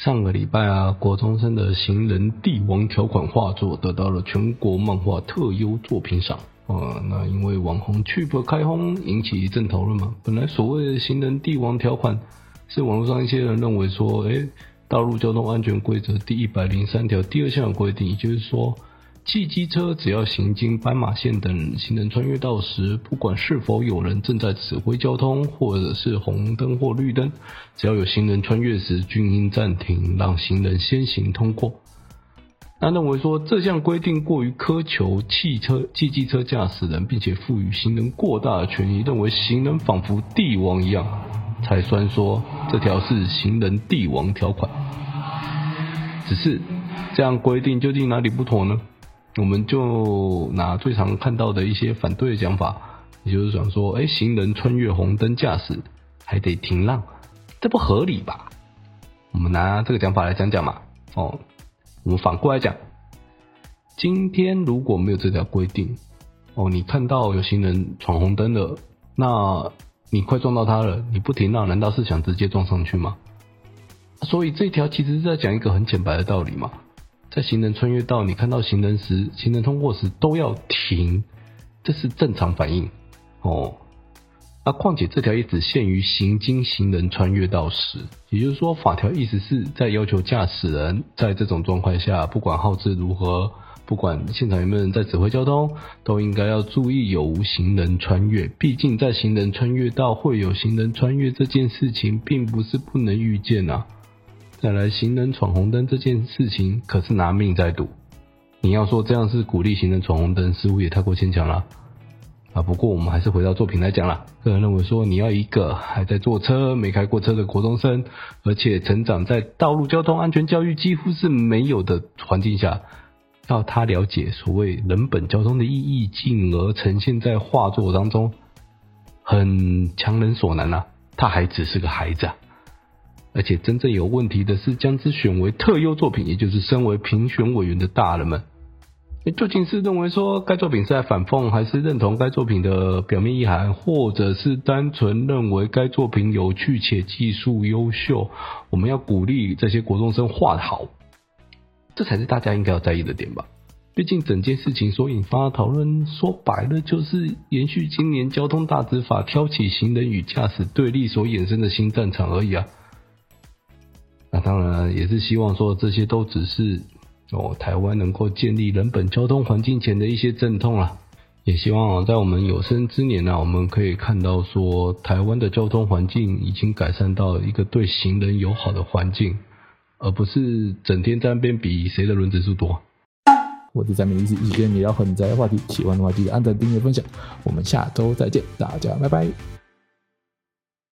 上个礼拜啊，国中生的行人帝王条款画作得到了全国漫画特优作品赏。那因为网红 Cheap 开轰引起一阵讨论嘛。本来所谓的行人帝王条款是网络上一些人认为说，道路交通安全规则第103条第2项的规定，也就是说，汽机车只要行经斑马线等行人穿越道时，不管是否有人正在指挥交通，或者是红灯或绿灯，只要有行人穿越时，均应暂停，让行人先行通过。那认为说这项规定过于苛求汽机车驾驶人，并且赋予行人过大的权益，认为行人仿佛帝王一样，才算说这条是行人帝王条款。只是这样规定究竟哪里不妥呢？我们就拿最常看到的一些反对的讲法，也就是想说，行人穿越红灯驾驶还得停让，这不合理吧？我们拿这个讲法来讲讲嘛。我们反过来讲，今天如果没有这条规定，你看到有行人闯红灯了，那你快撞到他了，你不停让，难道是想直接撞上去吗？所以这条其实是在讲一个很浅白的道理嘛。在行人穿越道，你看到行人通过时都要停，这是正常反应况且这条也只限于行经行人穿越道时，也就是说法条意思是在要求驾驶人在这种状况下，不管号志如何，不管现场有没有人在指挥交通，都应该要注意有无行人穿越。毕竟在行人穿越道会有行人穿越这件事情并不是不能预见啊。再来，行人闯红灯这件事情可是拿命在赌，你要说这样是鼓励行人闯红灯，似乎也太过牵强了不过我们还是回到作品来讲啦。个人认为说，你要一个还在坐车没开过车的国中生，而且成长在道路交通安全教育几乎是没有的环境下，要他了解所谓人本交通的意义，进而呈现在画作当中，很强人所难啊。他还只是个孩子而且真正有问题的是将之选为特优作品，也就是身为评选委员的大人们，究竟是认为说该作品是在反讽，还是认同该作品的表面意涵，或者是单纯认为该作品有趣且技术优秀，我们要鼓励这些国中生画得好，这才是大家应该要在意的点吧。毕竟整件事情所引发的讨论，说白了就是延续今年交通大执法挑起行人与驾驶对立所衍生的新战场而已啊。那当然也是希望说这些都只是台湾能够建立人本交通环境前的一些阵痛啦。也希望在我们有生之年我们可以看到说台湾的交通环境已经改善到一个对行人友好的环境，而不是整天在那边比谁的轮子数多。 我是在美丽一起跟你聊很宅的话题，喜欢的话记得按赞、订阅、分享。我们下周再见，大家拜拜。